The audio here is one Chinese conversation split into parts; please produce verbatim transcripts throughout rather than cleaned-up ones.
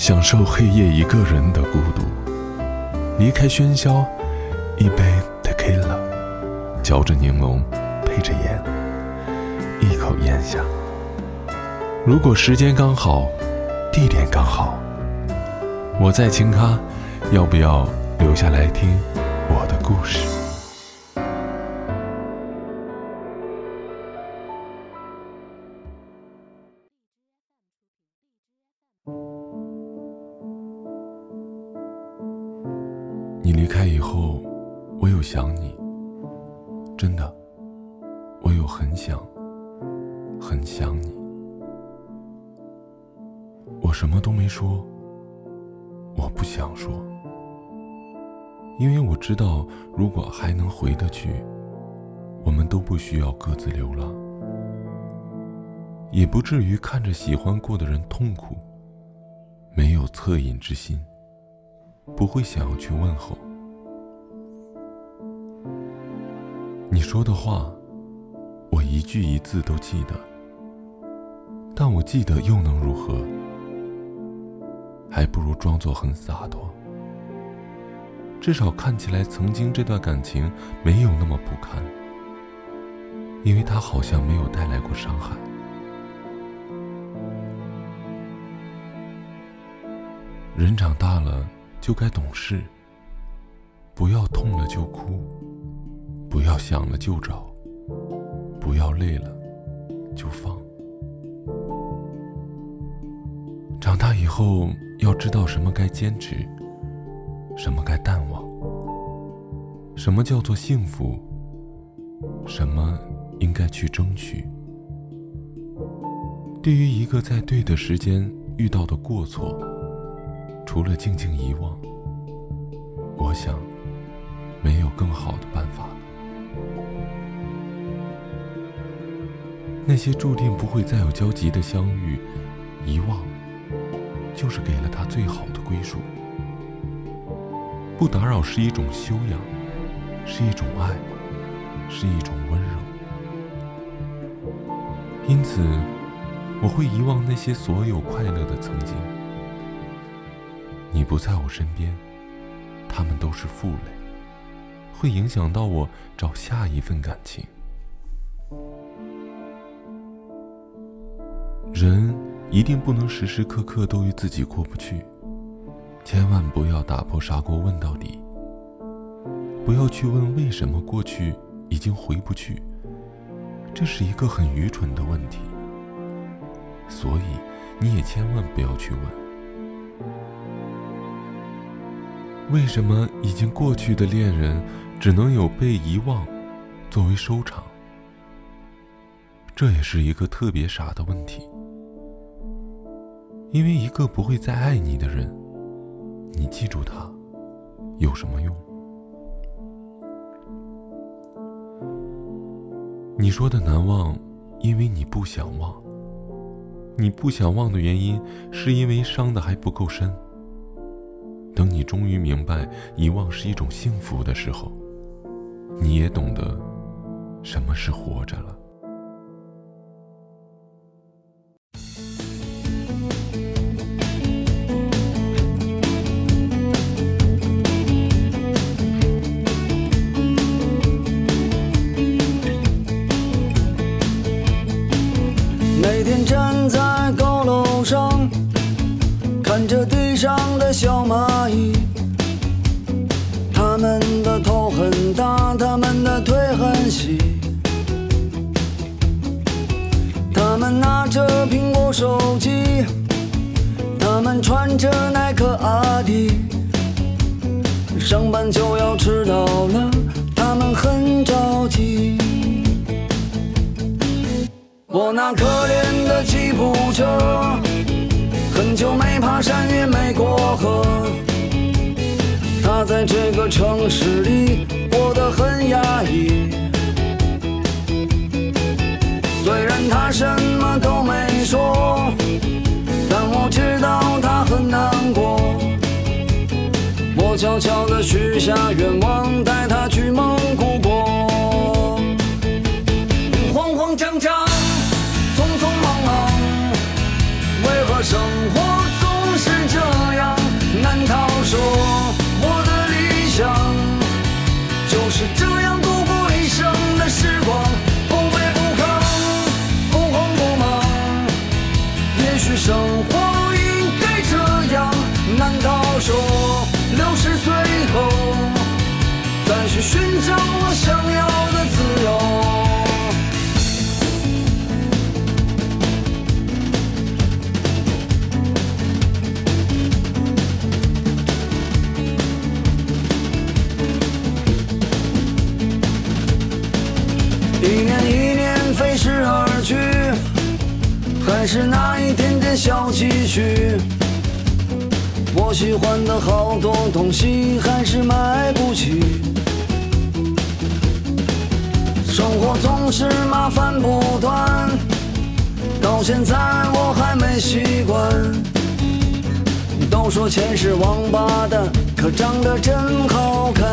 享受黑夜一个人的孤独，离开喧嚣，一杯 tequila， 嚼着柠檬，配着盐，一口咽下。如果时间刚好，地点刚好，我在清咖，要不要留下来听我的故事？你离开以后，我有想你，真的，我有很想很想你。我什么都没说，我不想说，因为我知道，如果还能回得去，我们都不需要各自流浪，也不至于看着喜欢过的人痛苦，没有恻隐之心，不会想要去问候。你说的话，我一句一字都记得，但我记得又能如何？还不如装作很洒脱，至少看起来曾经这段感情没有那么不堪，因为它好像没有带来过伤害。人长大了就该懂事，不要痛了就哭，不要想了就找，不要累了就放。长大以后要知道什么该坚持，什么该淡忘，什么叫做幸福，什么应该去争取。对于一个在对的时间遇到的过错，除了静静遗忘，我想没有更好的办法了。那些注定不会再有交集的相遇，遗忘就是给了他最好的归属。不打扰是一种修养，是一种爱，是一种温柔。因此我会遗忘那些所有快乐的曾经。你不在我身边，他们都是负累，会影响到我找下一份感情。人一定不能时时刻刻都与自己过不去，千万不要打破砂锅问到底，不要去问为什么过去已经回不去，这是一个很愚蠢的问题，所以你也千万不要去问为什么已经过去的恋人只能有被遗忘作为收场，这也是一个特别傻的问题。因为一个不会再爱你的人，你记住他有什么用？你说的难忘，因为你不想忘。你不想忘的原因，是因为伤得还不够深。等你终于明白遗忘是一种幸福的时候，你也懂得什么是活着了。 每天站在高楼上，看着地上的小蚂蚁，它们的头很大，它们的腿很细，它们拿着苹果手机，它们穿着耐克阿迪，上班就要迟到了，它们很着急。我那可怜的吉普车，很久没爬山也没过河，它在这个城市里过得很压抑。虽然它什么都没说，但我知道它很难过。我悄悄地许下愿望，带它去蒙古国。慌慌张张，匆匆忙忙，为何生活总是这样？ 还是那一点点小积蓄。我喜欢的好多东西还是买不起，生活总是麻烦不断，到现在我还没习惯。都说钱是王八蛋，可长得真好看。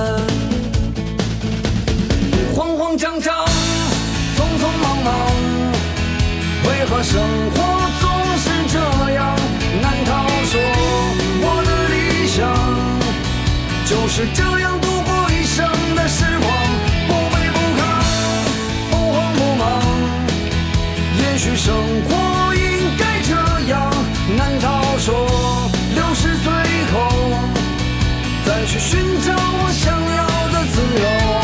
慌慌张张，匆匆忙忙，为何生活总是这样？难道说我的理想就是这样度过一生的时光？不卑不亢，不慌不忙，也许生活应该这样。难道说六十岁后再去寻找我想要的自由？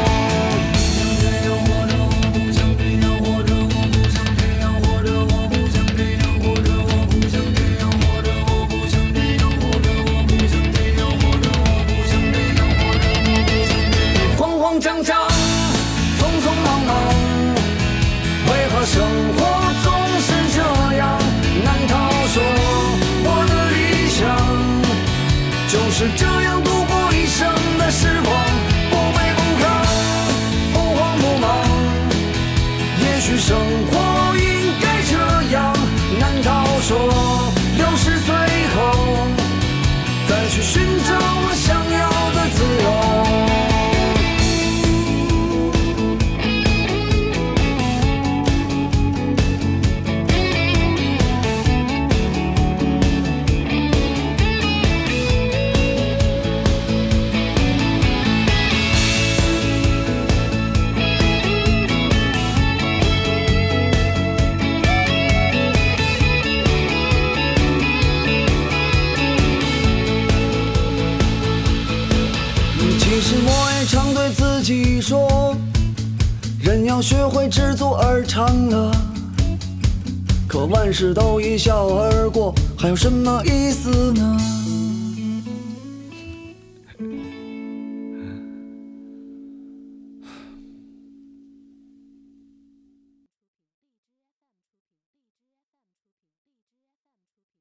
张张，匆匆忙忙，为何生活总是这样？难道说我的理想就是这样度过一生的时光？不卑不亢，不慌不忙，也许生活应该这样。难道说六十岁后再去寻找我想要的自由？其实我也常对自己说，人要学会知足而常乐，可万事都一笑而过，还有什么意思呢？